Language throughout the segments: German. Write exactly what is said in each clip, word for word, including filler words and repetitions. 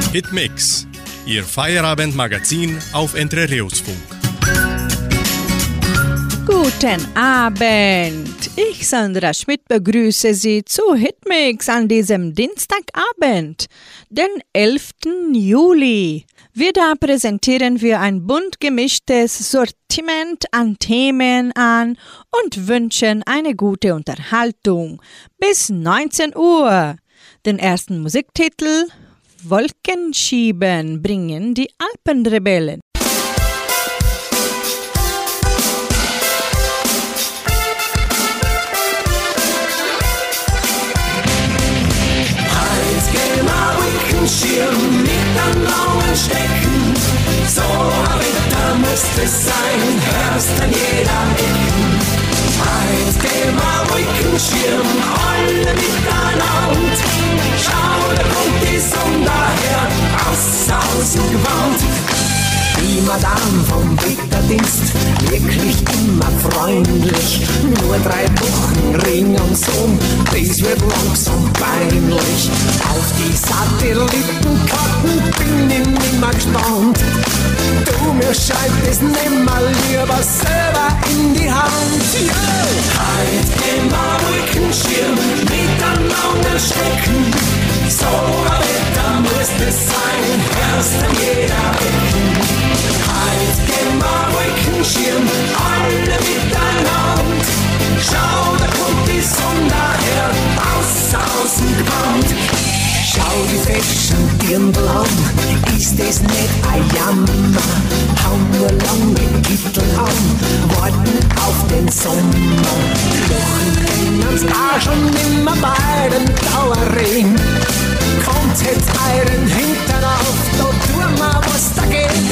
Hitmix, Ihr Feierabendmagazin auf Entre Rios Funk. Guten Abend, ich Sandra Schmidt begrüße Sie zu Hitmix an diesem Dienstagabend, den elften Juli. Wieder präsentieren wir ein bunt gemischtes Sortiment an Themen an und wünschen eine gute Unterhaltung bis neunzehn Uhr. Den ersten Musiktitel Wolkenschieben bringen die Alpenrebellen. Schirm mit an blauen Stecken, so ein Wetter müsste es sein, hörst an jeder Ecken. Eins gehen wir Wolkenschirm, alle miteinander, schau, da kommt die Sonne daher, aus, aus dem Gewand. Die Madame vom Wetterdienst, wirklich immer freundlich. Nur drei Wochen Ring und Sohn, das wird langsam peinlich. Auf die Satellitenkarten bin ich nimmer gespannt. Du, mir scheint es nimmer lieber selber in die Hand. Yeah. Heute gehen wir Wolkenschirm mit an langen Strecken. So ein Wetter muss es sein, erst an jeder Ecken. Heute gehen wir Wolkenschirm, alle miteinander. Schau, da kommt die Sonne daher, aus, aus dem Gewand. Schau die feschen Dirndl an, ist es nicht ein Jammer? Hau nur lange Kittel an, warten auf den Sommer. Lochen können's auch schon nimmer bei den Dauerregen. Kommt jetzt euren Hintern auf, da tun wir was dagegen.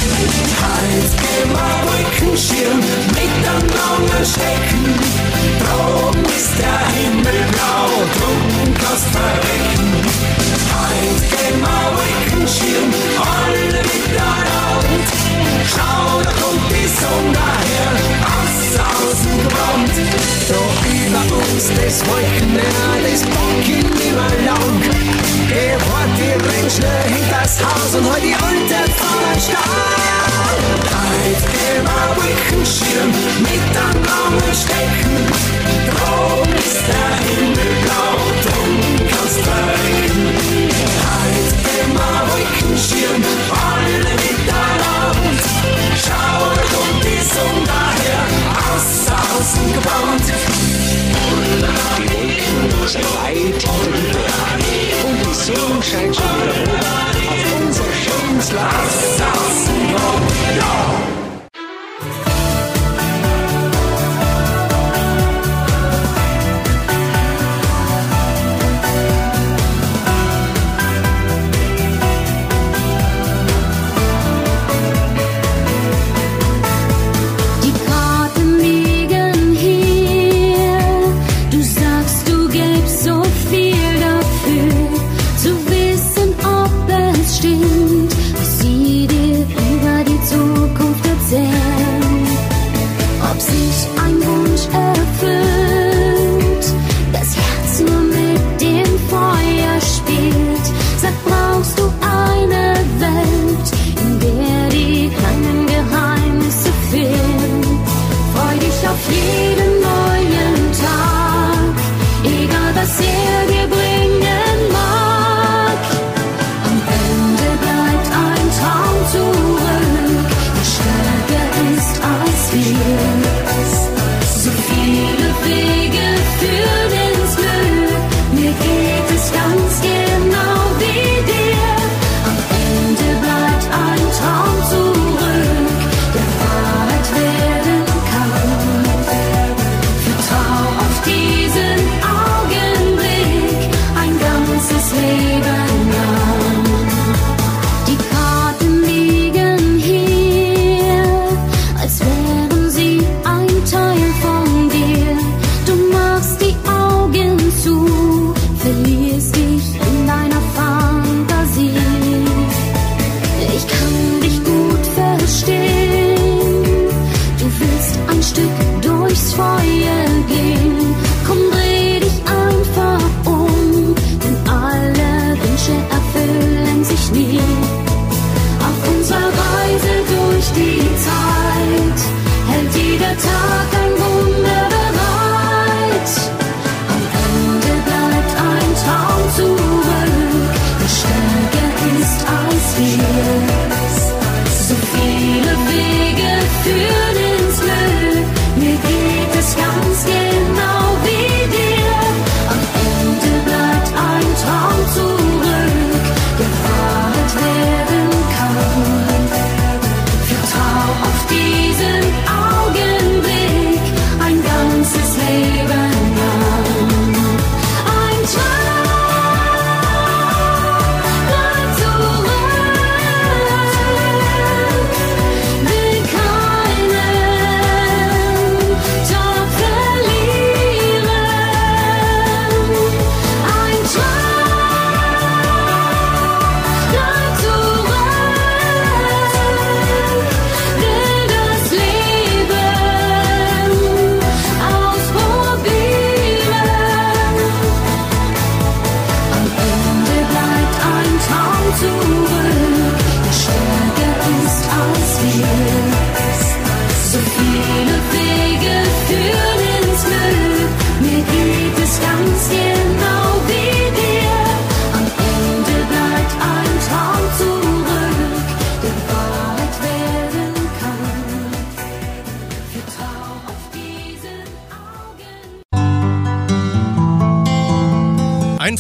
Heute gehen wir Wolkenschirm mit an langen Strecken. Droben ist der Himmel blau, drum kannst verrecken. Heute gehen wir Wolkenschirm, alle miteinander. Schau, da kommt die Sonne daher, aus, aus dem Gewand. Da über uns das Wolkenmeer, das bock ich nimmer lang. Geh fort, die renn schnell hinters Haus und hol die Alte von den Stall. Heute gehen wir Wolkenschirm mit an langen Stecken. Droben ist der Himmel blau, drum kannst verrecken. Heute gehen wir Wolkenschirm, alle miteinander. Schau, da kommt die Sonne daher, aus, aus dem Gewand. Die Wolken sind weit hinter die Berge und die Sonne scheint schon wieder auf unser schönes Land. Aus, aus dem Gewand, ja! Stimmt, was sie dir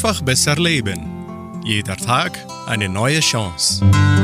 einfach besser leben. Jeder Tag eine neue Chance.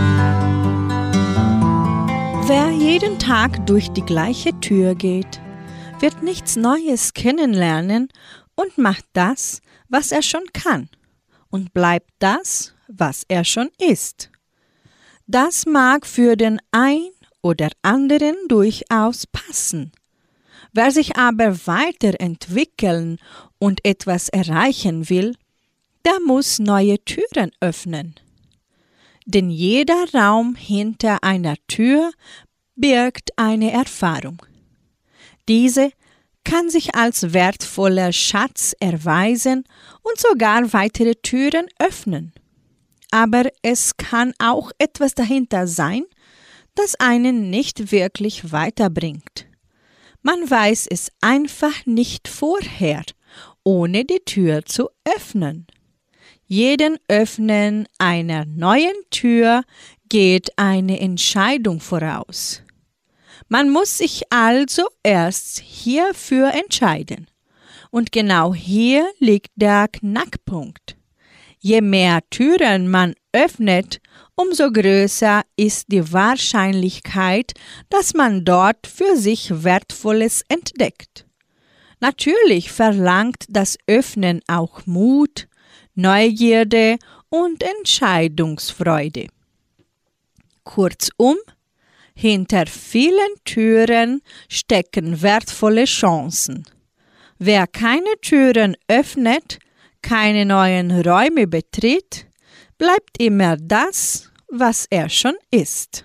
Wer jeden Tag durch die gleiche Tür geht, wird nichts Neues kennenlernen und macht das, was er schon kann, und bleibt das, was er schon ist. Das mag für den ein oder anderen durchaus passen. Wer sich aber weiterentwickeln und etwas erreichen will, der muss neue Türen öffnen. Denn jeder Raum hinter einer Tür birgt eine Erfahrung. Diese kann sich als wertvoller Schatz erweisen und sogar weitere Türen öffnen. Aber es kann auch etwas dahinter sein, das einen nicht wirklich weiterbringt. Man weiß es einfach nicht vorher, ohne die Tür zu öffnen. Jeden Öffnen einer neuen Tür geht eine Entscheidung voraus. Man muss sich also erst hierfür entscheiden. Und genau hier liegt der Knackpunkt. Je mehr Türen man öffnet, umso größer ist die Wahrscheinlichkeit, dass man dort für sich Wertvolles entdeckt. Natürlich verlangt das Öffnen auch Mut, Neugierde und Entscheidungsfreude. Kurzum, hinter vielen Türen stecken wertvolle Chancen. Wer keine Türen öffnet, keine neuen Räume betritt, bleibt immer das, was er schon ist.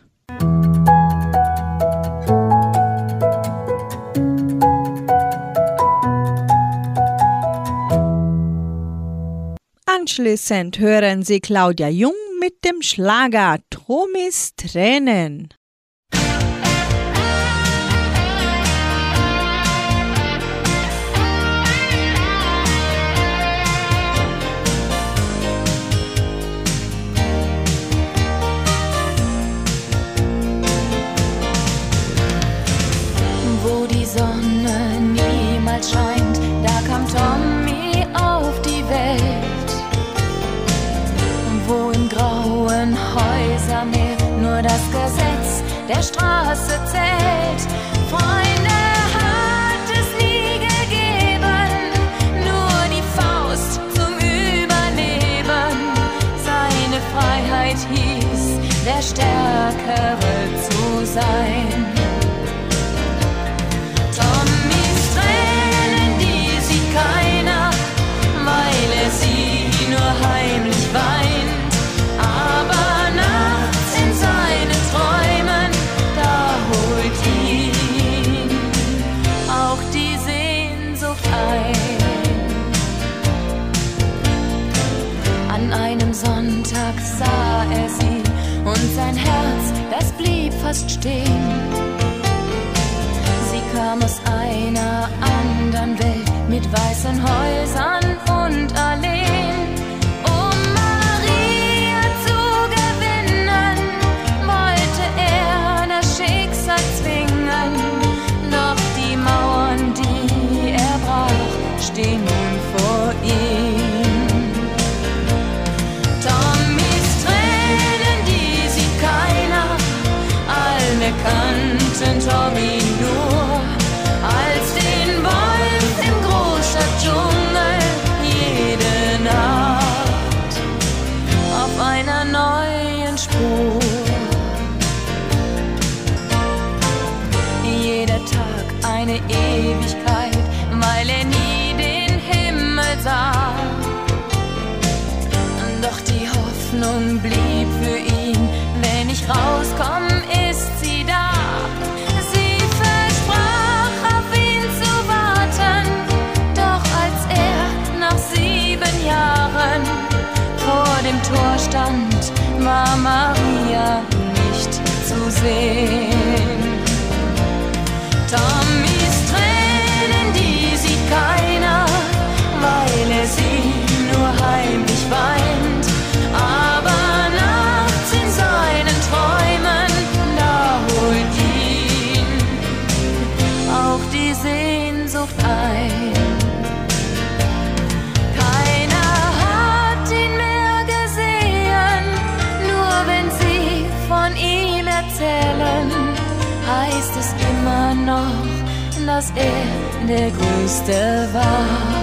Anschließend hören Sie Claudia Jung mit dem Schlager Tomis Tränen. Wo die Sonne niemals scheint, da kam Tommy auf die Welt. Wo im grauen Häusermeer nur das Gesetz der Straße zählt. Freunde hat es nie gegeben, nur die Faust zum Überleben. Seine Freiheit hieß, der Stärkere zu sein. Tommys Tränen, die sieht keiner, weil er sie nur heimlich weint. Aber nachts in seinen Träumen, da holt ihn auch die Sehnsucht ein. An einem Sonntag sah er sie und sein Herz, das blieb fast stehen. Sie kam aus einer anderen Welt mit weißen Häusern und Alleen. Um Maria zu gewinnen, wollte er das Schicksal zwingen. Doch die Mauern, die er brach, stehen nun vor ihm. Tommys Tränen, die sieht keiner, alle kannten Tommy nur als den Wolf im Großstadtdschungel, jede Nacht auf einer neuen Spur. Jeder Tag eine Ewigkeit, weil er nie den Himmel sah. Doch die Hoffnung blieb für ihn, wenn ich rauskomm, ist sie da. Sie versprach, auf ihn zu warten, doch als er nach sieben Jahren vor dem Tor stand, war Maria nicht zu sehen. Tommys Tränen, die sieht keiner, weil er sie nur heimlich weint. Aber nachts in seinen Träumen, da holt ihn auch die Sehnsucht ein. Keiner dass er der Größte war.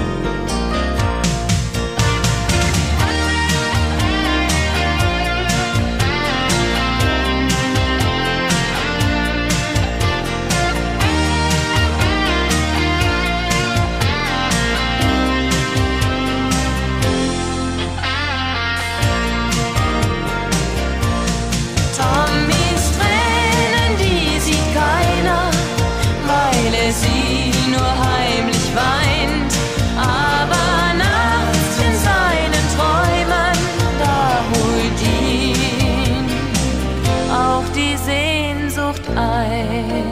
Sie nur heimlich weint, aber nachts in seinen Träumen, da holt ihn auch die Sehnsucht ein.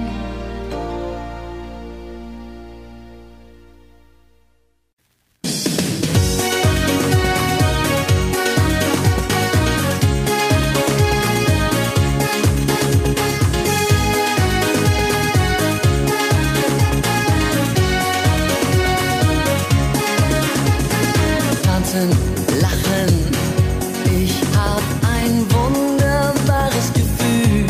Lachen, ich hab ein wunderbares Gefühl,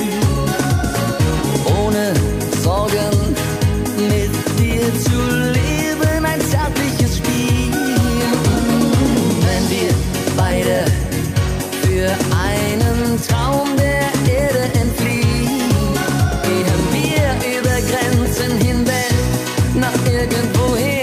ohne Sorgen mit dir zu leben, ein zärtliches Spiel. Wenn wir beide für einen Traum der Erde entfliehen, gehen wir über Grenzen hinweg nach irgendwohin.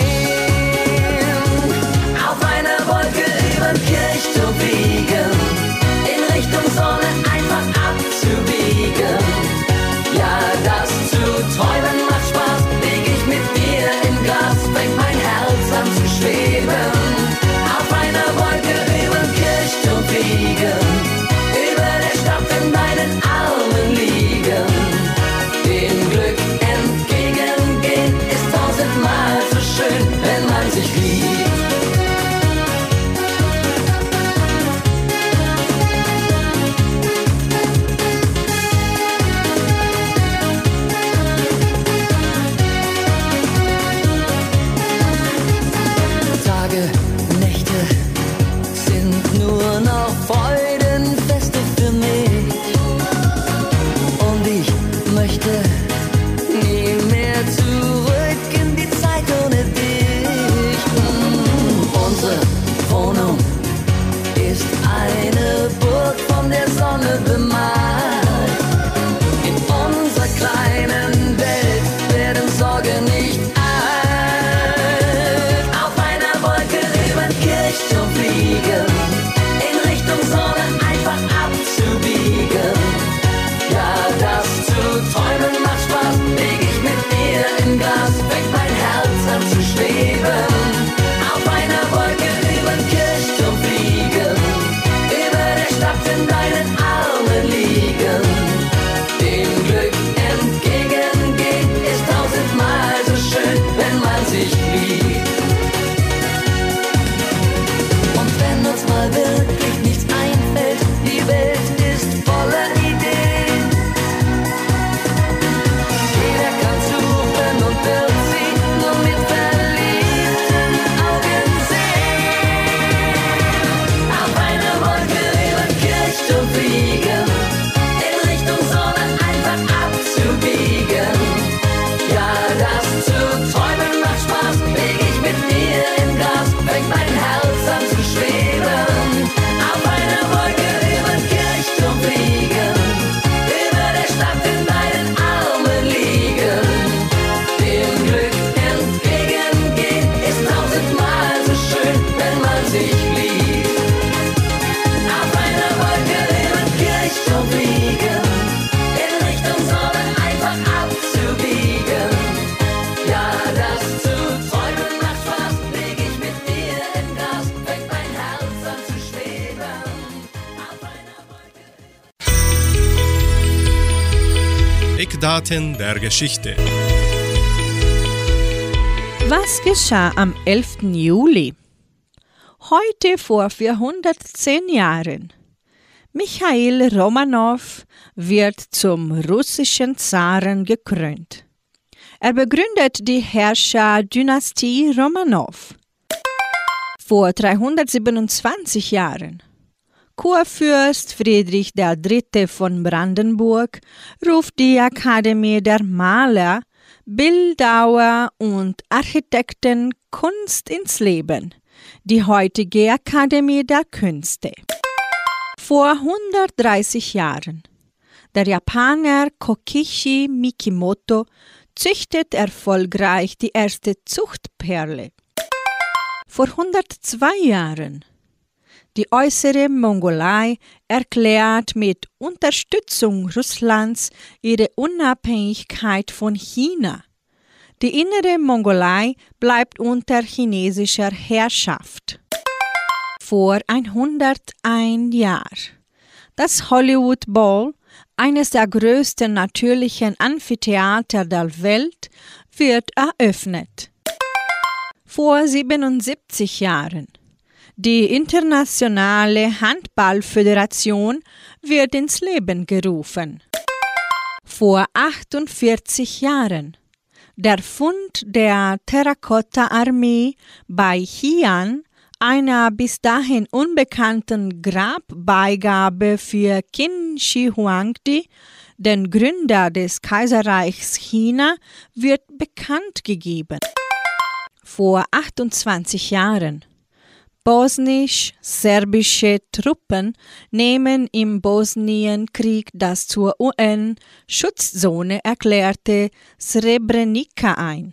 Kirchturm fliegen, in Richtung Sonne einfach abzubiegen. Ja, das zu träumen macht Spaß, lieg ich mit dir im Gras, fängt mein Herz an zu schweben. Auf einer Wolke über den Kirchturm fliegen, über der Stadt in deinen Armen liegen. Dem Glück entgegengehen ist tausendmal so schön, wenn man sich liebt. Freudenfeste für mich und ich möchte nie mehr zurück in die Zeit ohne dich. Unsere Wohnung ist eine Burg von der Sonne bemalt. In unserer kleinen Welt werden Sorgen nicht alt. Auf einer Wolke über den Kirchturm fliegen, Sonne einfach abzubiegen. Ja, das zu träumen macht Spaß, lieg ich mit dir im Gras, fängt mein Herz an zu schweben. Auf einer Wolke über den Kirchturm fliegen, über der Stadt in deinen Armen liegen. Dem Glück entgegengehen ist tausendmal so schön, wenn man sich liebt. Und wenn uns mal wirklich nichts einfällt, die Welt ist voller Ideen. Jeder kann suchen und wird sie nur mit verliebten Augen sehen. Auf einer Wolke über den Kirchturm fliegen, in Richtung Sonne einfach abzubiegen. Ja, das zu träumen macht Spaß, lieg ich mit dir im Gras, fängt mein Herz an zu schweben. Auf einer Wolke über den Kirchturm fliegen, über der Stadt in deinen Armen liegen. Dem Glück entgegengehen ist tausendmal so schön, wenn man sich liebt. Auf einer Wolke über den Kirchturm fliegen, in Richtung Sonne einfach abzubiegen. Ja, das zu träumen macht Spaß, lieg ich mit dir im Gras, fängt mein Herz an zu schweben. Auf einer Wolke. Eckdaten der Geschichte. Was geschah am elften Juli? Heute vor vierhundertzehn Jahren. Michail Romanow wird zum russischen Zaren gekrönt. Er begründet die Herrscherdynastie Romanow. Vor dreihundertsiebenundzwanzig Jahren. Kurfürst Friedrich der Dritte von Brandenburg ruft die Akademie der Maler Bildhauer und Architekten Kunst ins Leben, die heutige Akademie der Künste. Vor hundertdreißig Jahren. Der Japaner Kokichi Mikimoto züchtet erfolgreich die erste Zuchtperle. Vor hundertzwei Jahren. Die äußere Mongolei erklärt mit Unterstützung Russlands ihre Unabhängigkeit von China. Die innere Mongolei bleibt unter chinesischer Herrschaft. Vor hunderteins Jahren. Das Hollywood Bowl, eines der größten natürlichen Amphitheater der Welt, wird eröffnet. Vor siebenundsiebzig Jahren. Die Internationale Handballföderation wird ins Leben gerufen. Vor achtundvierzig Jahren. Der Fund der Terrakotta-Armee bei Xi'an, einer bis dahin unbekannten Grabbeigabe für Qin Shi Huangdi, den Gründer des Kaiserreichs China, wird bekannt gegeben. Vor achtundzwanzig Jahren. Bosnisch-serbische Truppen nehmen im Bosnienkrieg das zur U N-Schutzzone erklärte Srebrenica ein.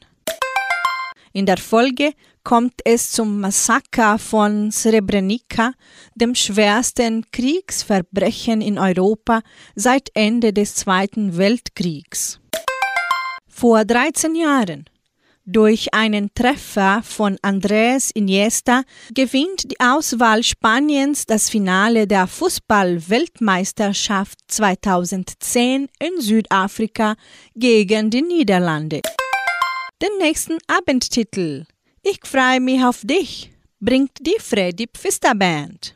In der Folge kommt es zum Massaker von Srebrenica, dem schwersten Kriegsverbrechen in Europa seit Ende des Zweiten Weltkriegs. Vor dreizehn Jahren. Durch einen Treffer von Andrés Iniesta gewinnt die Auswahl Spaniens das Finale der Fußball-Weltmeisterschaft zweitausendzehn in Südafrika gegen die Niederlande. Den nächsten Abendtitel Ich freue mich auf dich bringt die Freddy Pfister Band.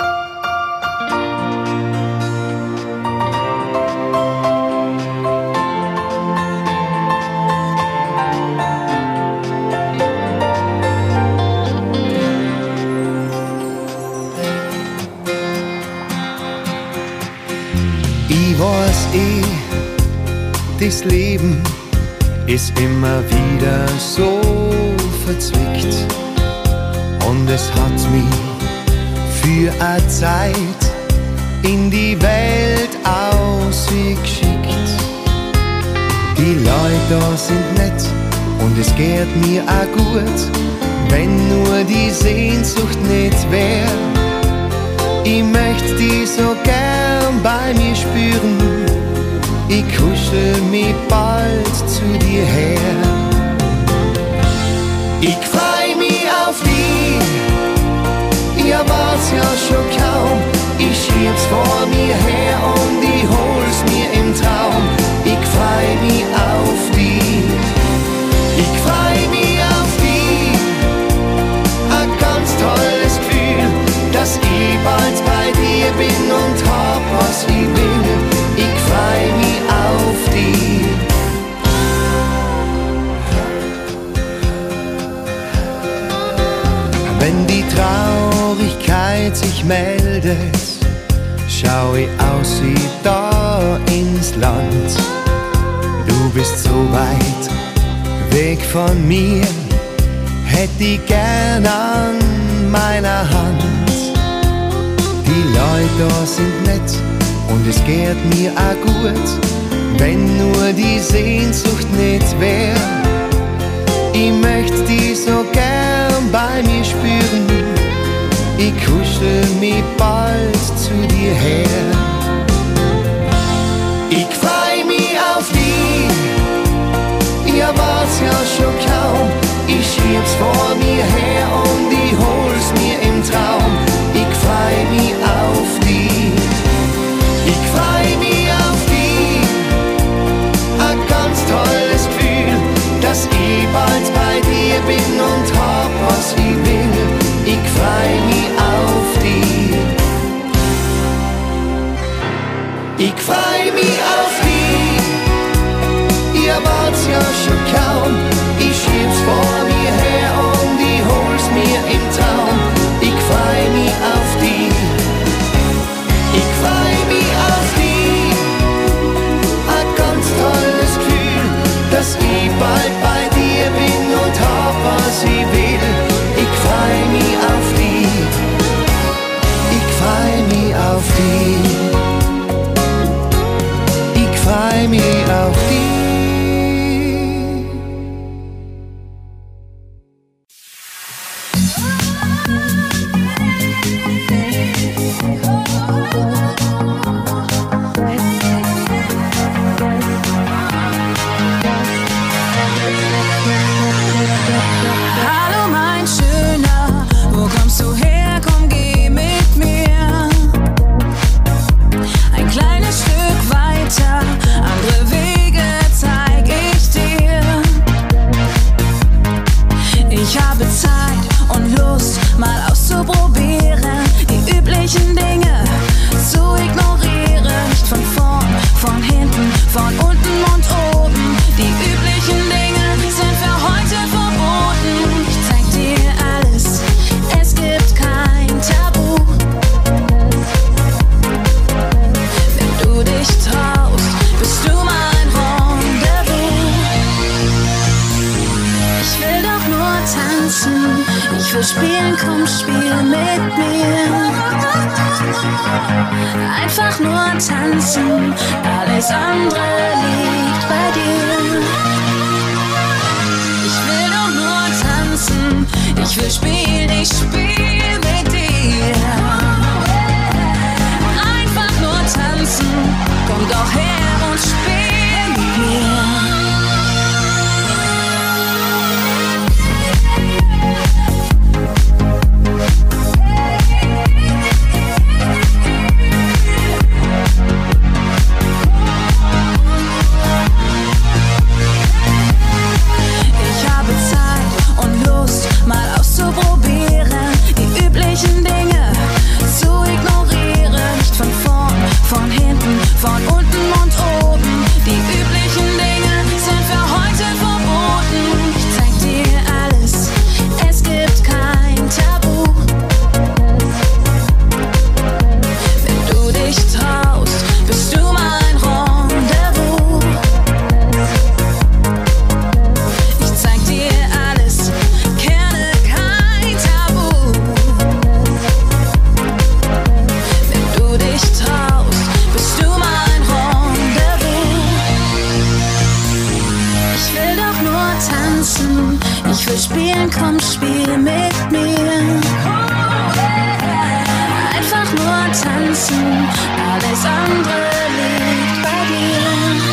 Ich weiß eh, das Leben ist immer wieder so verzwickt und es hat mich für eine Zeit in die Welt ausgeschickt. Die Leute da sind nett und es geht mir auch gut, wenn nur die Sehnsucht nicht wär. Ich möchte die so gern bei mir spüren, ich kuschel mich bald zu dir her. Ich freu mich auf dich, ich erwart's ja schon kaum. Ich schieb's vor mir her und ich hol's mir im Traum. Ich freu mich auf dich, ich freu mich auf dich. Ein ganz tolles Gefühl, dass ich bald bei dir bin und hab, was ich will. Ich freu mich auf dich. Wenn die Traurigkeit sich meldet, schau ich aus wie da ins Land. Du bist so weit weg von mir, hätt ich gern an meiner Hand. Die Leute da sind nett und es geht mir auch gut, wenn nur die Sehnsucht nicht wär. Ich möchte die so gern bei mir spüren, ich kuschel mich bald zu dir her. Ich freu mich auf dich, ich erwart's ja schon kaum. Ich schieb's vor mir her und ich hol's mir im Traum. Ich freu mich auf dich, ich freu mich auf dich. Ein ganz tolles Gefühl, dass ich bald bei dir bin und hab, was ich will. Ich freu mich auf dich, ich freu mich auf dich. Ich erwart's ja schon kaum. Ich schieb's vor mir her und ich hol's mir im Traum. üblichen Dinge zu ignorieren. Nicht von vorn, von hinten, von unten und oben. Die üblichen Dinge sind für heute verboten. Ich zeig dir alles, es gibt kein Tabu. Wenn du dich traust, bist du mein Rendezvous. Ich will doch nur tanzen, ich will spielen, komm, spiel mit mir. Einfach nur tanzen, alles andere liegt bei dir. Ich will doch nur tanzen, ich will spielen, ich spiel mit dir. Einfach nur tanzen, komm doch her und spiel mit mir. Mal auszuprobieren, die üblichen Dinge zu ignorieren. Nicht von vorn, von hinten, von unten und oben. Die üblichen Dinge sind für heute verboten. Ich zeig dir alles, es gibt kein Tabu. Wenn du dich traust, bist du mein Rendezvous. Ich zeig dir alles, ich will spielen, komm, spiel mit mir. Einfach nur tanzen, alles andere liegt bei dir.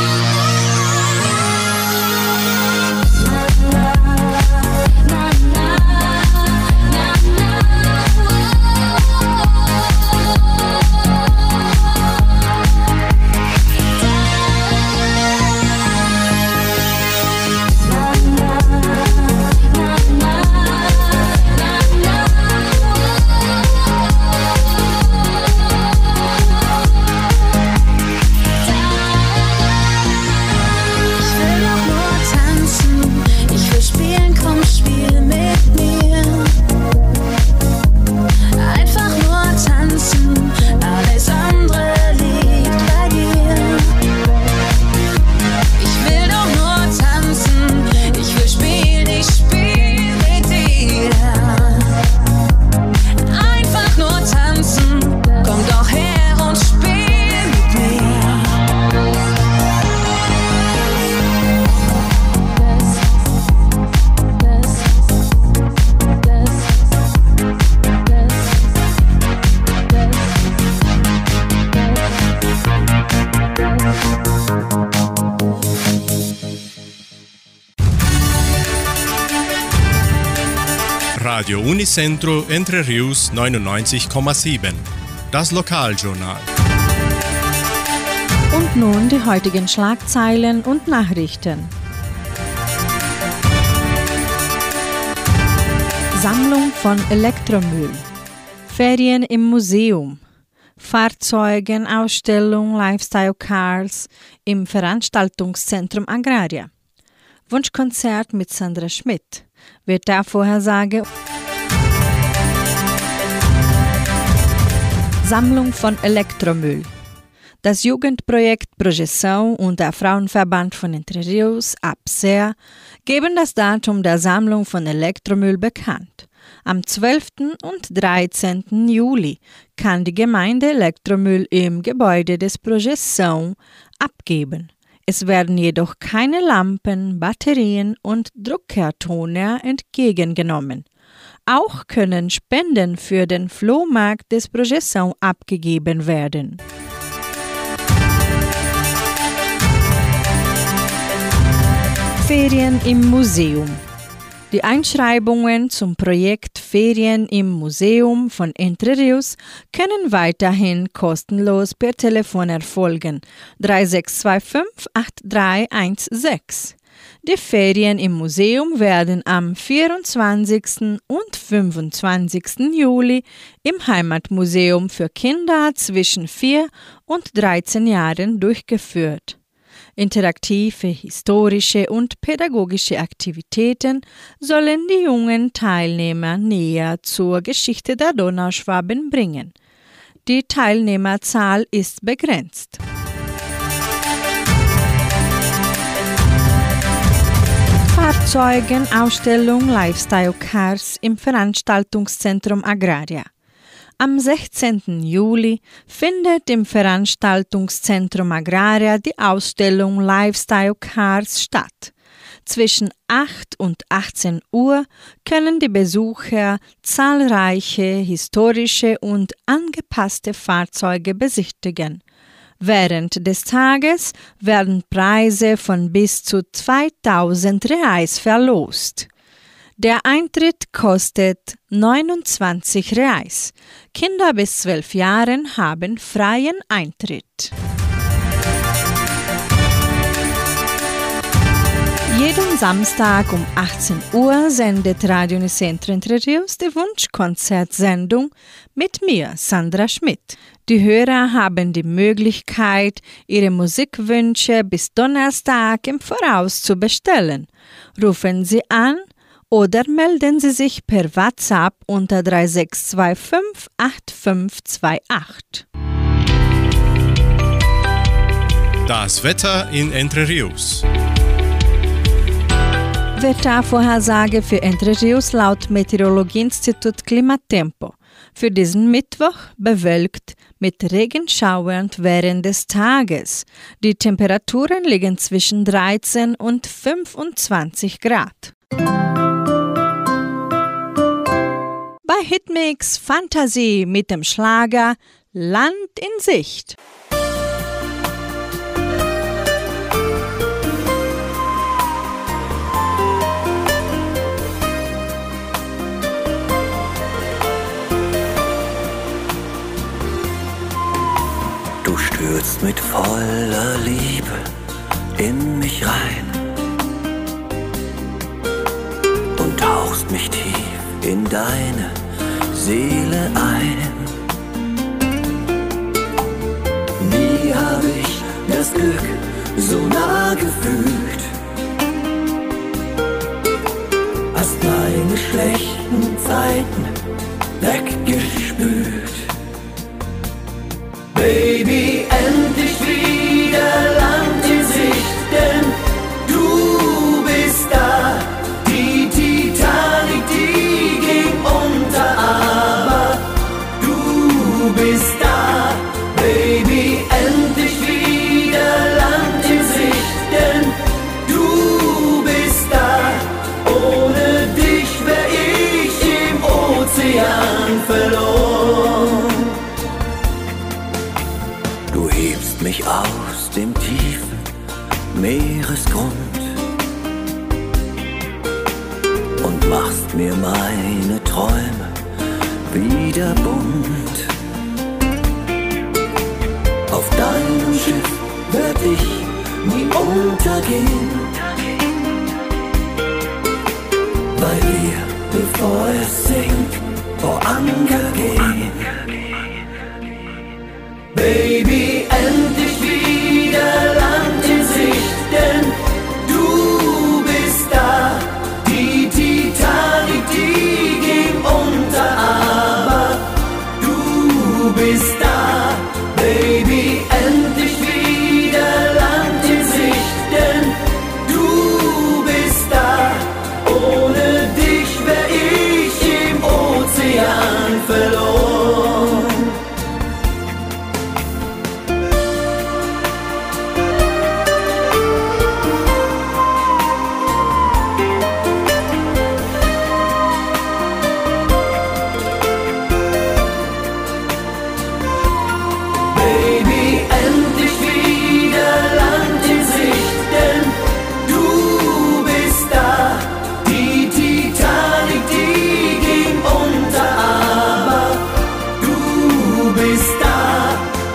Radio Unicentro Entre Rius neunundneunzig Komma sieben. Das Lokaljournal. Und nun die heutigen Schlagzeilen und Nachrichten. Sammlung von Elektromüll. Ferien im Museum. Fahrzeugenausstellung Lifestyle Cars im Veranstaltungszentrum Agraria. Wunschkonzert mit Sandra Schmidt. Wettervorhersage. Sammlung von Elektromüll. Das Jugendprojekt Projeção und der Frauenverband von Entre Rios, A P S E A, geben das Datum der Sammlung von Elektromüll bekannt. Am zwölften und dreizehnten Juli kann die Gemeinde Elektromüll im Gebäude des Projeção abgeben. Es werden jedoch keine Lampen, Batterien und Druckertoner entgegengenommen. Auch können Spenden für den Flohmarkt des Projeção abgegeben werden. Ferien im Museum. Die Einschreibungen zum Projekt Ferien im Museum von Entre Rios können weiterhin kostenlos per Telefon erfolgen drei sechs zwei fünf acht drei eins sechs. Die Ferien im Museum werden am vierundzwanzigsten und fünfundzwanzigsten Juli im Heimatmuseum für Kinder zwischen vier und dreizehn Jahren durchgeführt. Interaktive, historische und pädagogische Aktivitäten sollen die jungen Teilnehmer näher zur Geschichte der Donauschwaben bringen. Die Teilnehmerzahl ist begrenzt. Fahrzeugenausstellung Lifestyle Cars im Veranstaltungszentrum Agraria. Am sechzehnten Juli findet im Veranstaltungszentrum Agraria die Ausstellung Lifestyle Cars statt. Zwischen acht und achtzehn Uhr können die Besucher zahlreiche historische und angepasste Fahrzeuge besichtigen. Während des Tages werden Preise von bis zu zweitausend Reais verlost. Der Eintritt kostet neunundzwanzig Reais. Kinder bis zwölf Jahren haben freien Eintritt. Jeden Samstag um achtzehn Uhr sendet Radio Unicentro Entre Rios die Wunschkonzertsendung mit mir, Sandra Schmidt. Die Hörer haben die Möglichkeit, ihre Musikwünsche bis Donnerstag im Voraus zu bestellen. Rufen Sie an oder melden Sie sich per WhatsApp unter drei sechs zwei fünf acht fünf zwei acht. Das Wetter in Entre Rios. Wettervorhersage für Entre Rios laut Meteorologieinstitut Klimatempo. Für diesen Mittwoch bewölkt mit Regenschauern während des Tages. Die Temperaturen liegen zwischen dreizehn und fünfundzwanzig Grad. Bei Hitmix Fantasie mit dem Schlager Land in Sicht. Du stürzt mit voller Liebe in mich rein und tauchst mich tief in deine Seele ein. Nie habe ich das Glück so nah gefühlt, hast meine schlechten Zeiten weggespült. Baby, endlich wieder Land in Sicht, denn du bist da. Die Titanic, die ging unter, aber du bist da. Baby, endlich wieder Land in Sicht, denn du bist da. Ohne dich wär ich im Ozean verloren. Du hebst mich aus dem tiefen Meeresgrund und machst mir meine Träume wieder bunt. Auf deinem Schiff werd ich nie untergehen, weil wir, bevor es sinkt, vor Anker gehen. Baby, endlich wieder Land in Sicht, denn du bist da. Die Titanic, die ging unter, aber du bist da. Baby, endlich wieder Land in Sicht, denn du bist da. Ohne dich wär ich im Ozean verloren.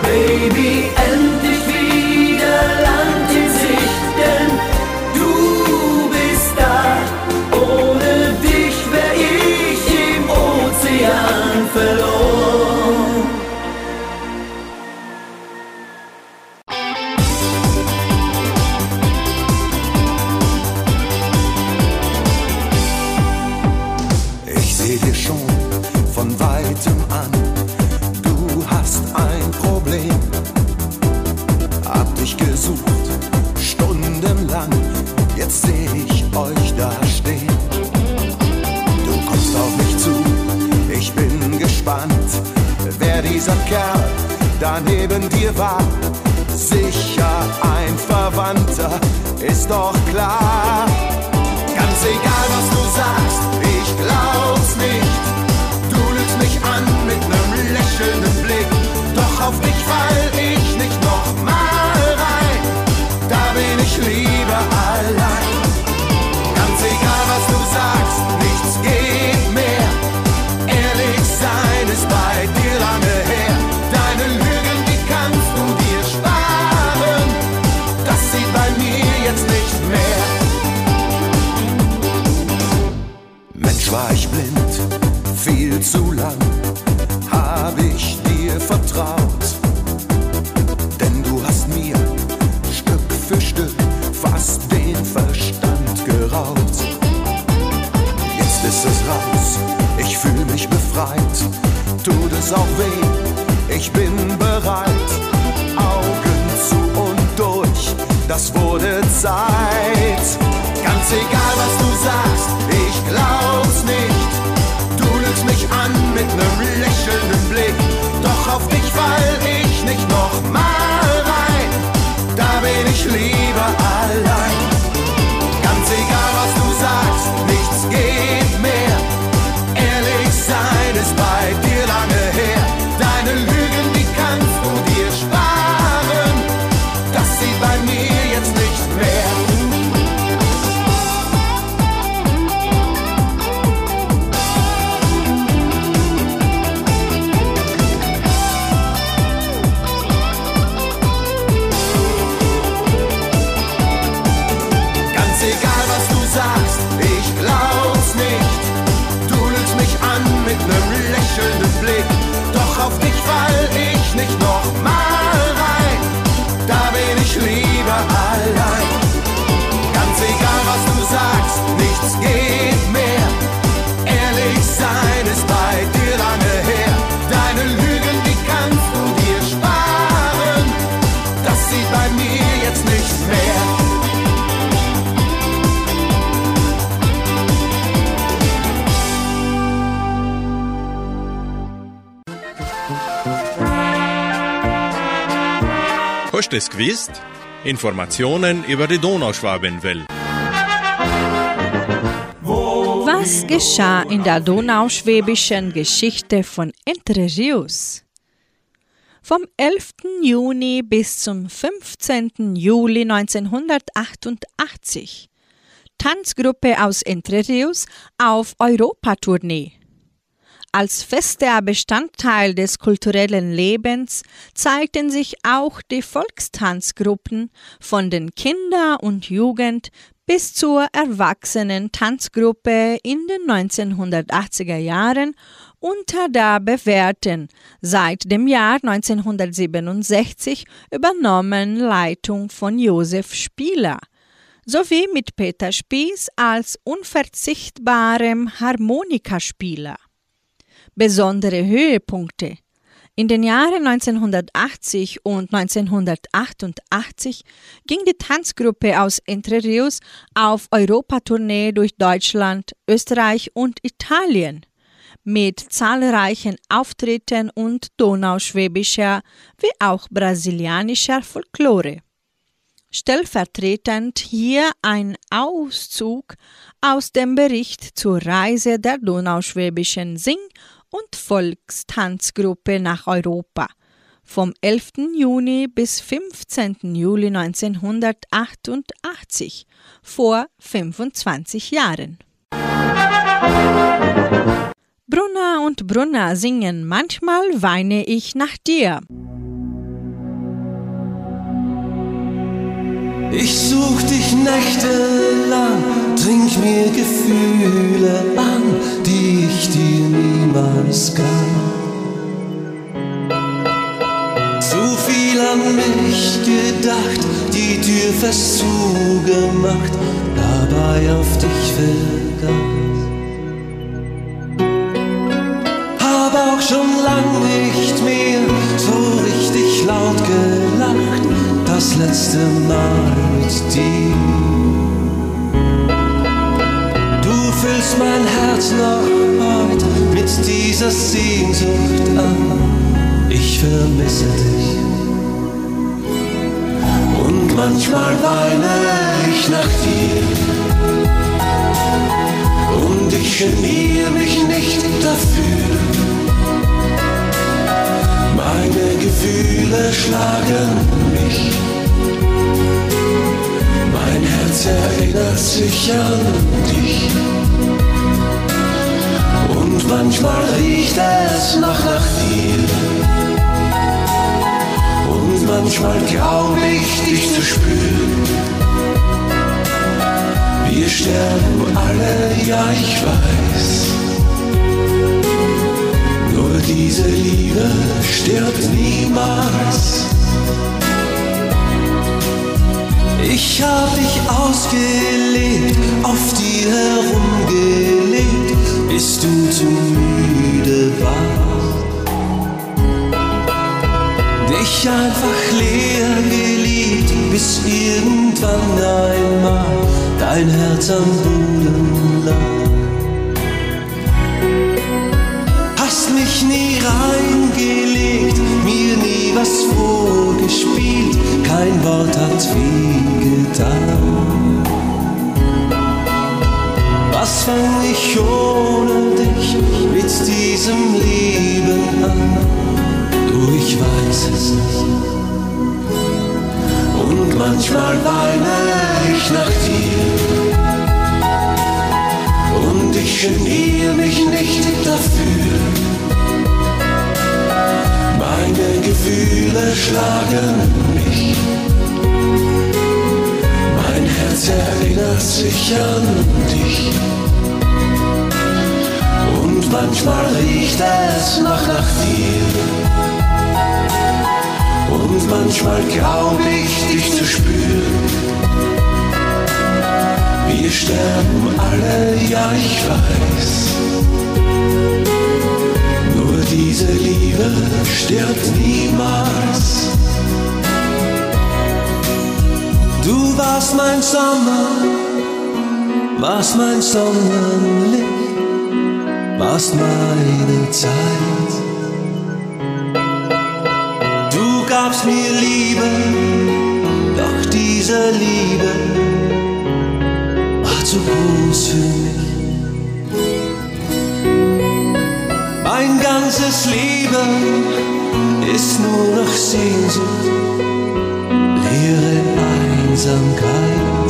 Baby, endlich wieder Land in Sicht, denn du wer dieser Kerl da neben dir war. Sicher ein Verwandter, ist doch klar. Ganz egal, was du sagst, ich glaub's nicht. Du lügst mich an mit nem lächelnden Blick. Doch auf dich fall ich nicht noch mal rein. Da bin ich lieber allein. Ganz egal, was du sagst, nichts geht mehr. Ehrlich sein ist bei dir lange her. Deine Lügen, die kannst du dir sparen. Das sieht bei mir jetzt nicht mehr. Mensch, war ich blind, viel zu lang hab ich dir vertraut. Denn du hast mir Stück für Stück fast den Verstand geraubt. Jetzt ist es raus, ich fühl mich befreit. Tut es auch weh, ich bin bereit. Augen zu und durch, das wurde Zeit. Ganz egal, was du sagst, ich glaub's nicht. Du lügst mich an mit nem lächelnden Blick. Doch auf dich fall ich nicht noch mal rein. Da bin ich lieber allein. Ganz egal, was du sagst, nichts geht mehr. Ehrlich sein ist bei dir lange her. Deine Lügen, die kannst du dir sparen. Das sieht bei mir jetzt nicht mehr. Blick, doch auf dich fall ich nicht noch mal rein. Da bin ich lieber allein. Ganz egal, was du sagst, nichts geht mehr. Ehrlich sein ist bei dir lange her. Deine Lügen, die kannst du dir sparen. Das sieht bei mir jetzt nicht mehr. Hast du es gewusst? Informationen über die Donauschwabenwelle. Was geschah in der donauschwäbischen Geschichte von Entre Rios? Vom elften Juni bis zum fünfzehnten Juli neunzehnhundertachtundachtzig. Tanzgruppe aus Entre Rios auf Europatournee. Als fester Bestandteil des kulturellen Lebens zeigten sich auch die Volkstanzgruppen von den Kinder- und Jugend bis zur Erwachsenen-Tanzgruppe in den neunzehnhundertachtziger Jahren unter der bewährten, seit dem Jahr neunzehnhundertsiebenundsechzig übernommenen Leitung von Josef Spieler, sowie mit Peter Spieß als unverzichtbarem Harmonikaspieler. Besondere Höhepunkte. In den Jahren neunzehnhundertachtzig und neunzehnhundertachtundachtzig ging die Tanzgruppe aus Entre Rios auf Europatournee durch Deutschland, Österreich und Italien mit zahlreichen Auftritten und donauschwäbischer wie auch brasilianischer Folklore. Stellvertretend hier ein Auszug aus dem Bericht zur Reise der donauschwäbischen Sing- und Volkstanzgruppe nach Europa vom elften Juni bis fünfzehnten Juli neunzehnhundertachtundachtzig, vor fünfundzwanzig Jahren. Brunner und Brunner singen Manchmal weine ich nach dir. Ich such dich nächtelang, trink mir Gefühle an, die ich dir niemals gab. Zu viel an mich gedacht, die Tür fest zugemacht, dabei auf dich vergaß. Hab auch schon lang nicht mehr so richtig laut gelacht, das letzte Mal mit dir. Du füllst mein Herz noch heut mit dieser Sehnsucht an, vermisse dich. Und manchmal weine ich nach dir. Und ich geniere mich nicht dafür. Meine Gefühle schlagen mich. Mein Herz erinnert sich an dich. Und manchmal riecht es noch nach dir. Und manchmal glaub ich, dich zu spüren. Wir sterben alle, ja ich weiß. Nur diese Liebe stirbt niemals. Ich hab dich ausgelebt, auf dir herumgelebt, bis du zu müde warst. Dich einfach leer geliebt, bis irgendwann einmal dein Herz am Boden lag. Hast mich nie reingelegt, mir nie was vorgespielt, kein Wort hat wehgetan. Was fang ich ohne dich mit diesem Leben an? Du, ich weiß es nicht. Und manchmal weine ich nach dir. Und ich geniere mich nicht dafür. Meine Gefühle schlagen mich. Mein Herz erinnert sich an dich. Und manchmal riecht es noch nach dir. Und manchmal glaub ich, dich zu spüren. Wir sterben alle, ja ich weiß. Nur diese Liebe stirbt niemals. Du warst mein Sommer, warst mein Sonnenlicht, warst meine Zeit. Du gabst mir Liebe, doch diese Liebe war zu groß für mich. Mein ganzes Leben ist nur noch Sehnsucht, leere Einsamkeit.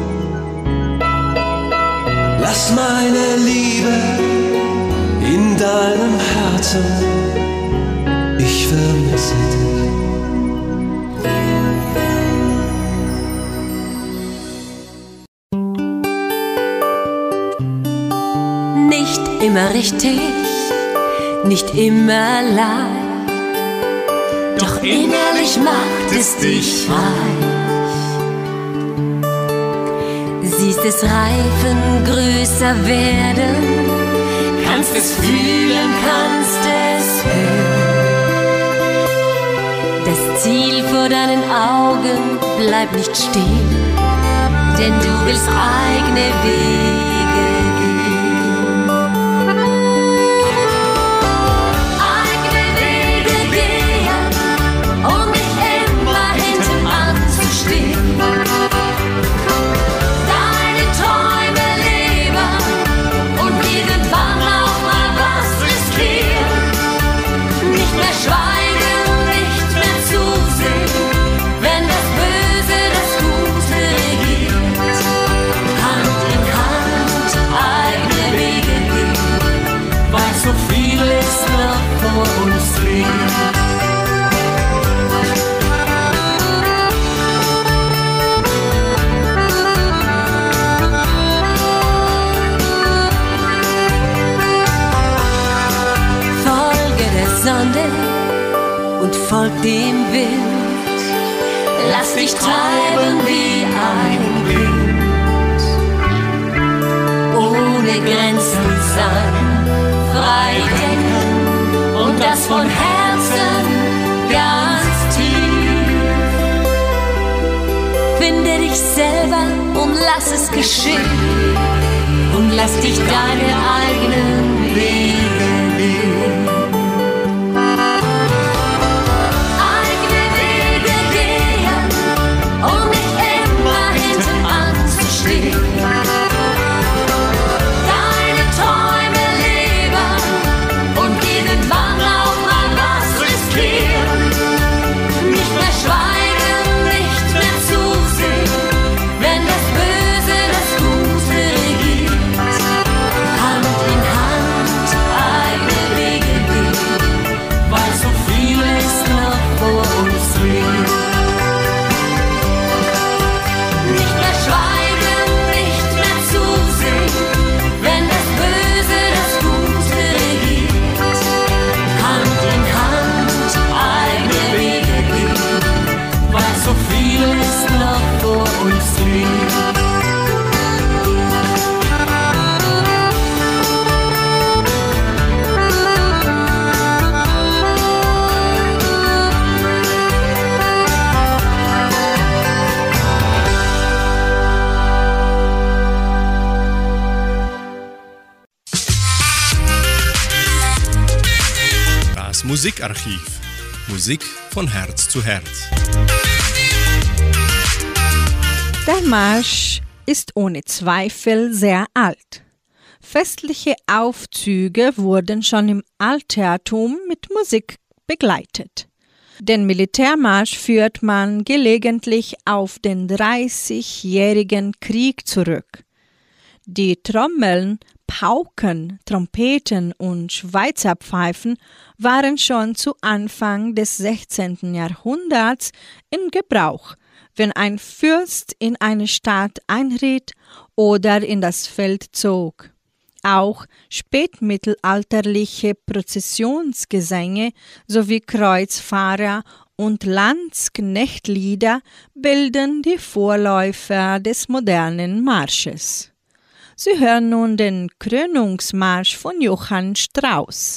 Lass meine Liebe in deinem Herzen, ich vermisse dich. Nicht immer richtig, nicht immer leicht, doch innerlich macht es dich reich. Siehst es reifen, größer werden, kannst es fühlen, kannst es hören. Das Ziel vor deinen Augen bleibt nicht stehen, denn du willst eigene Wege gehen. Eigene Wege gehen, um nicht immer hinten anzustehen. Deine Träume leben und irgendwann auch mal was riskieren. Nicht mehr schweigen, nicht mehr zusehen, wenn das Böse das Gute regiert. Hand in Hand eigene Wege gehen, weil so vieles noch vor uns liegt. Folge der Sonne und folg dem Wind. Lass dich treiben wie ein Wind. Ohne Grenzen sein, frei denken und das von Herzen ganz tief. Finde dich selber und lass es geschehen. Und lass dich deine eigenen Wege gehen. ist noch vor uns liegt. Nicht mehr schweigen, nicht mehr zusehen, wenn das Böse das Gute regiert. Hand in Hand eigene Wege gehen, weil so vieles noch vor uns liegt. Das Musikarchiv. Musik von Herz zu Herz. Der Marsch ist ohne Zweifel sehr alt. Festliche Aufzüge wurden schon im Altertum mit Musik begleitet. Den Militärmarsch führt man gelegentlich auf den dreißigjährigen Krieg zurück. Die Trommeln, Pauken, Trompeten und Schweizer Pfeifen waren schon zu Anfang des sechzehnten Jahrhunderts in Gebrauch, wenn ein Fürst in eine Stadt einritt oder in das Feld zog. Auch spätmittelalterliche Prozessionsgesänge sowie Kreuzfahrer- und Landsknechtlieder bilden die Vorläufer des modernen Marsches. Sie hören nun den Krönungsmarsch von Johann Strauss.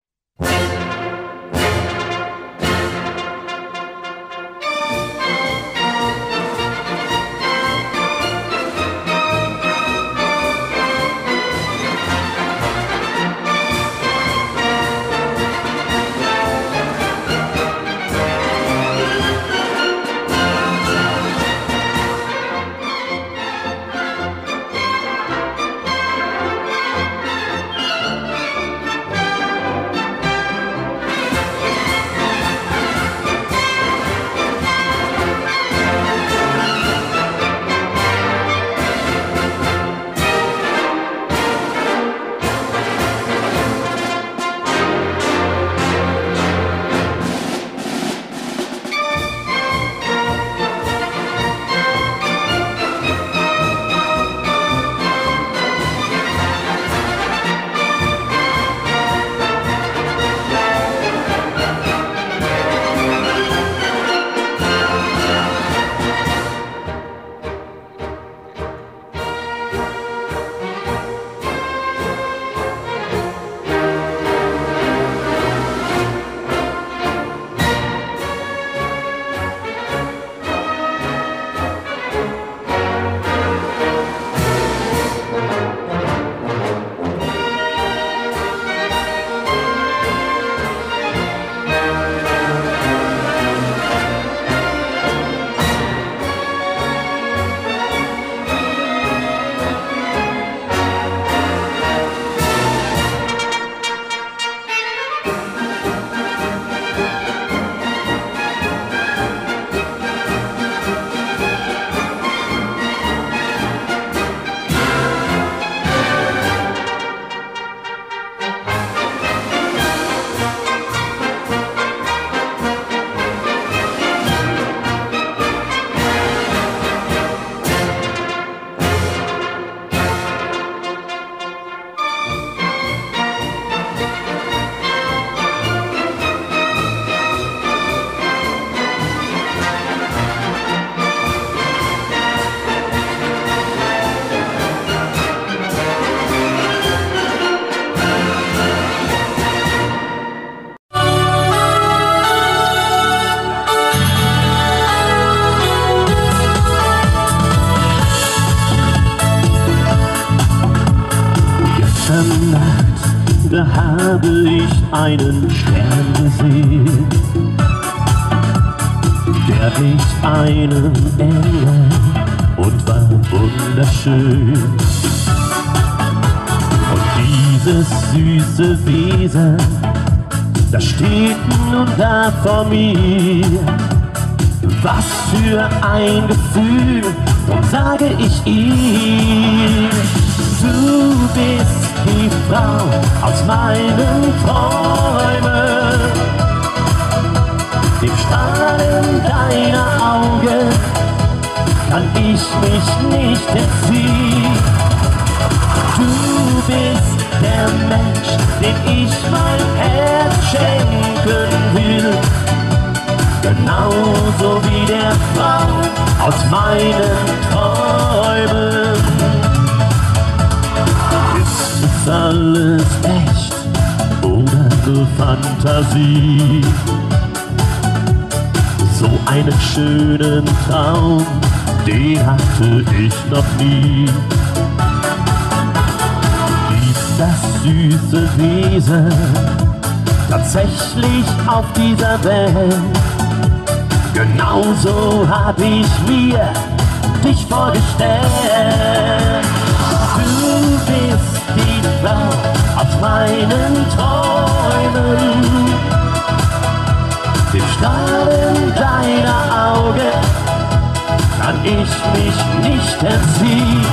Da habe ich einen Stern gesehen, der glich einem Engel und war wunderschön. Und dieses süße Wesen, das steht nun da vor mir. Was für ein Gefühl, drum sage ich ihr, du bist die Frau aus meinen Träumen. dem Strahlen deiner Augen kann ich mich nicht entziehen. Du bist der Mensch, dem ich mein Herz schenken will, genauso wie der Frau aus meinen Träumen. Ist es alles echt oder nur Fantasie? So einen schönen Traum, den hatte ich noch nie. Gibt das süße Wesen tatsächlich auf dieser Welt? Genauso hab ich mir dich vorgestellt. Du bist die Frau aus meinen Träumen, dem Strahlen deiner Augen kann ich mich nicht entziehen.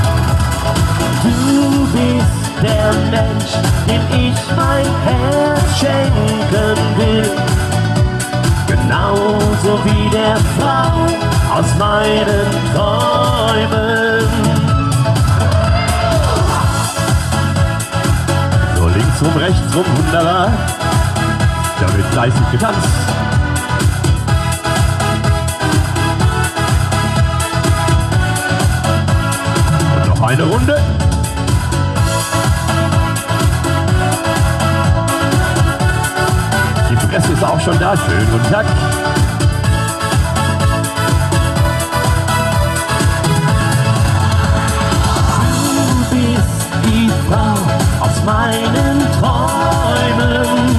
Du bist der Mensch, dem ich mein Herz schenken will, genauso wie der Frau aus meinen Träumen. So links rum, rechts rum, wunderbar. Da wird fleißig getanzt. Und noch eine Runde. Die Presse ist auch schon da. Schönen guten Tag. Du bist die Frau aus meinen Träumen,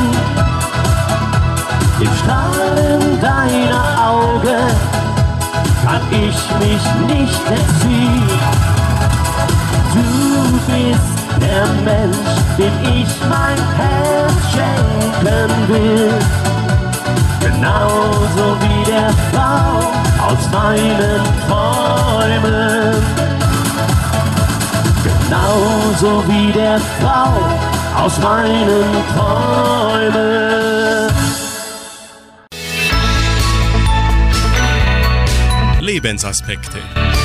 im Strahlen deiner Augen kann ich mich nicht entziehen. Du bist der Mensch, dem ich mein Herz schenken will, genauso wie der Frau aus meinen Träumen, genauso wie der Frau aus meinen Träumen. Lebensaspekte.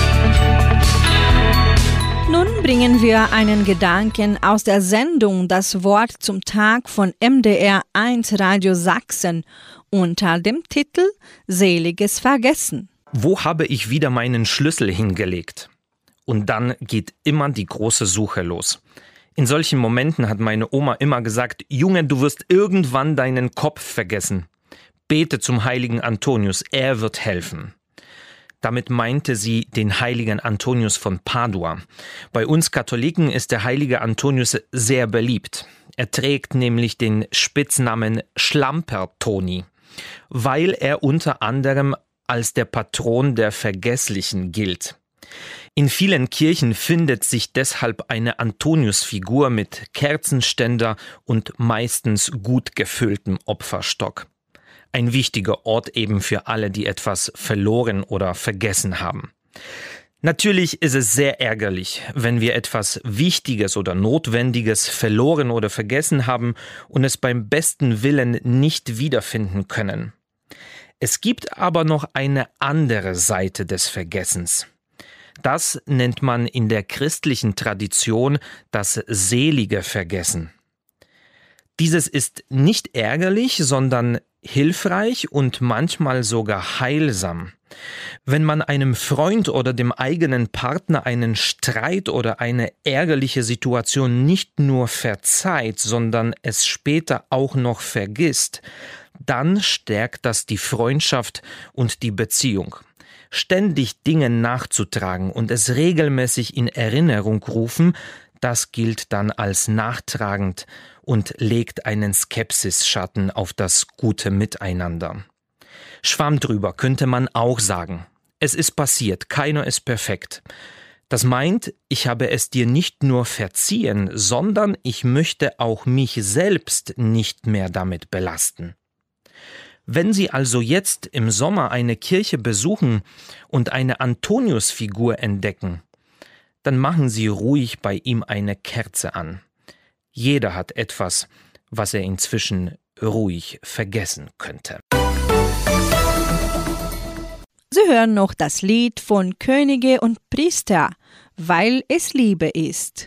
Nun bringen wir einen Gedanken aus der Sendung Das Wort zum Tag von M D R eins Radio Sachsen unter dem Titel Seliges Vergessen. Wo habe ich wieder meinen Schlüssel hingelegt? Und dann geht immer die große Suche los. In solchen Momenten hat meine Oma immer gesagt, Junge, du wirst irgendwann deinen Kopf vergessen. Bete zum heiligen Antonius, er wird helfen. Damit meinte sie den heiligen Antonius von Padua. Bei uns Katholiken ist der heilige Antonius sehr beliebt. Er trägt nämlich den Spitznamen Schlampertoni, weil er unter anderem als der Patron der Vergesslichen gilt. In vielen Kirchen findet sich deshalb eine Antoniusfigur mit Kerzenständer und meistens gut gefülltem Opferstock. Ein wichtiger Ort eben für alle, die etwas verloren oder vergessen haben. Natürlich ist es sehr ärgerlich, wenn wir etwas Wichtiges oder Notwendiges verloren oder vergessen haben und es beim besten Willen nicht wiederfinden können. Es gibt aber noch eine andere Seite des Vergessens. Das nennt man in der christlichen Tradition das selige Vergessen. Dieses ist nicht ärgerlich, sondern hilfreich und manchmal sogar heilsam. Wenn man einem Freund oder dem eigenen Partner einen Streit oder eine ärgerliche Situation nicht nur verzeiht, sondern es später auch noch vergisst, dann stärkt das die Freundschaft und die Beziehung. Ständig Dinge nachzutragen und es regelmäßig in Erinnerung rufen, das gilt dann als nachtragend und legt einen Skepsisschatten auf das gute Miteinander. Schwamm drüber könnte man auch sagen. Es ist passiert, keiner ist perfekt. Das meint, ich habe es dir nicht nur verziehen, sondern ich möchte auch mich selbst nicht mehr damit belasten. Wenn Sie also jetzt im Sommer eine Kirche besuchen und eine Antoniusfigur entdecken, dann machen Sie ruhig bei ihm eine Kerze an. Jeder hat etwas, was er inzwischen ruhig vergessen könnte. Sie hören noch das Lied von Könige und Priester, weil es Liebe ist.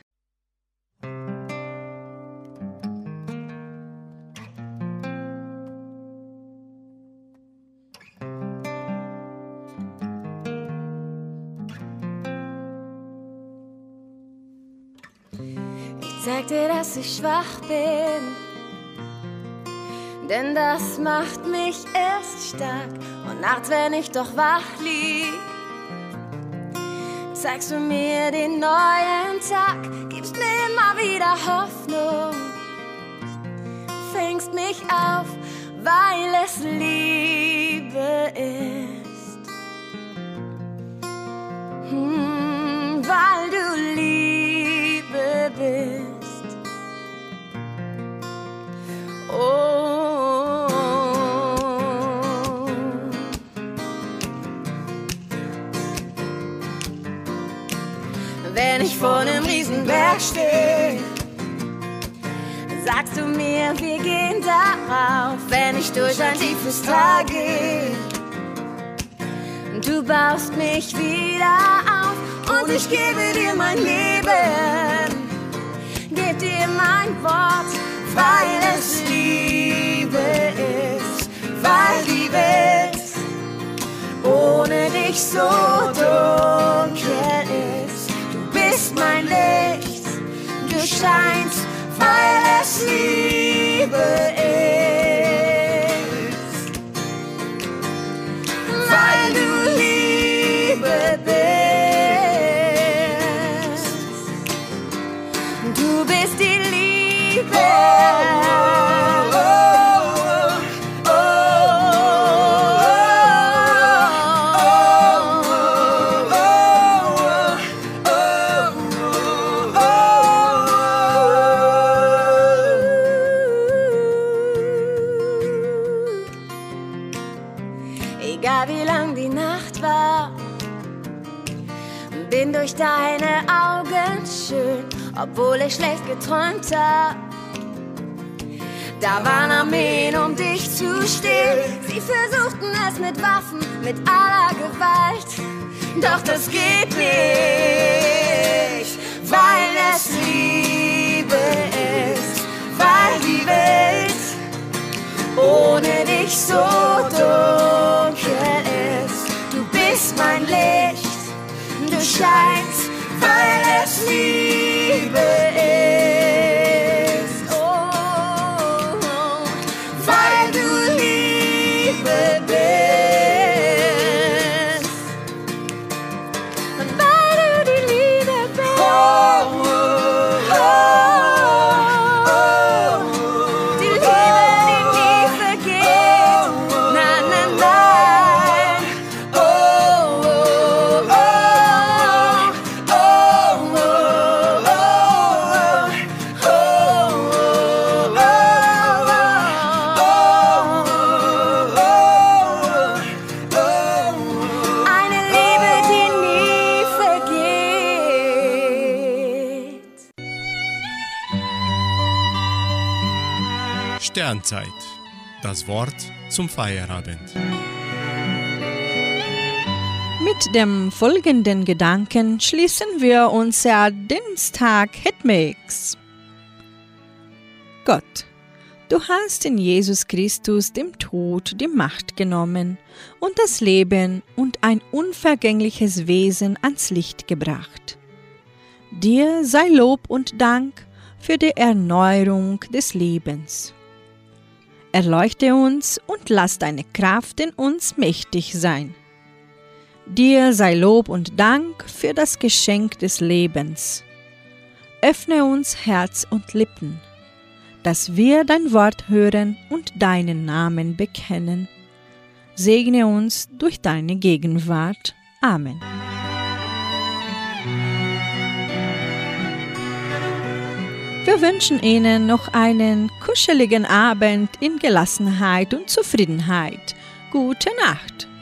Ich zeig dir, dass ich schwach bin, denn das macht mich erst stark. Und nachts, wenn ich doch wach lieg, zeigst du mir den neuen Tag, gibst mir immer wieder Hoffnung, fängst mich auf, weil es Liebe ist. Hm, weil du Liebe bist. Oh, wenn ich vor einem Riesenberg stehe, sagst du mir, wir gehen darauf. Wenn ich durch ein tiefes Tal gehe, du baust mich wieder auf und ich gebe dir mein Leben, geb dir mein Wort, weil es Liebe ist, weil die Welt ohne dich so dunkel ist. Du bist mein Licht, du scheinst, weil es Liebe ist, weil du Liebe bist. Du bist die Liebe. Egal wie lang die Nacht war, bin durch deine Augen schön, obwohl ich schlecht geträumt hab. Da waren Armeen, um dich zu stehlen. Sie versuchten es mit Waffen, mit aller Gewalt. Doch das geht nicht, weil es Liebe ist, weil die Welt ohne dich so dunkel ist. Du bist mein Licht, du scheinst, weil es Liebe ist. Oh, weil du Liebe bist. Weil du die Liebe bist. Oh, oh, oh, oh. Die Liebe, die nie vergeht. Nein, nein, nein. Oh, oh, oh. Sternzeit. Das Wort zum Feierabend. Mit dem folgenden Gedanken schließen wir unser Dienstag-Hitmix. Gott, du hast in Jesus Christus dem Tod die Macht genommen und das Leben und ein unvergängliches Wesen ans Licht gebracht. Dir sei Lob und Dank für die Erneuerung des Lebens. Erleuchte uns und lass deine Kraft in uns mächtig sein. Dir sei Lob und Dank für das Geschenk des Lebens. Öffne uns Herz und Lippen, dass wir dein Wort hören und deinen Namen bekennen. Segne uns durch deine Gegenwart. Amen. Wir wünschen Ihnen noch einen kuscheligen Abend in Gelassenheit und Zufriedenheit. Gute Nacht.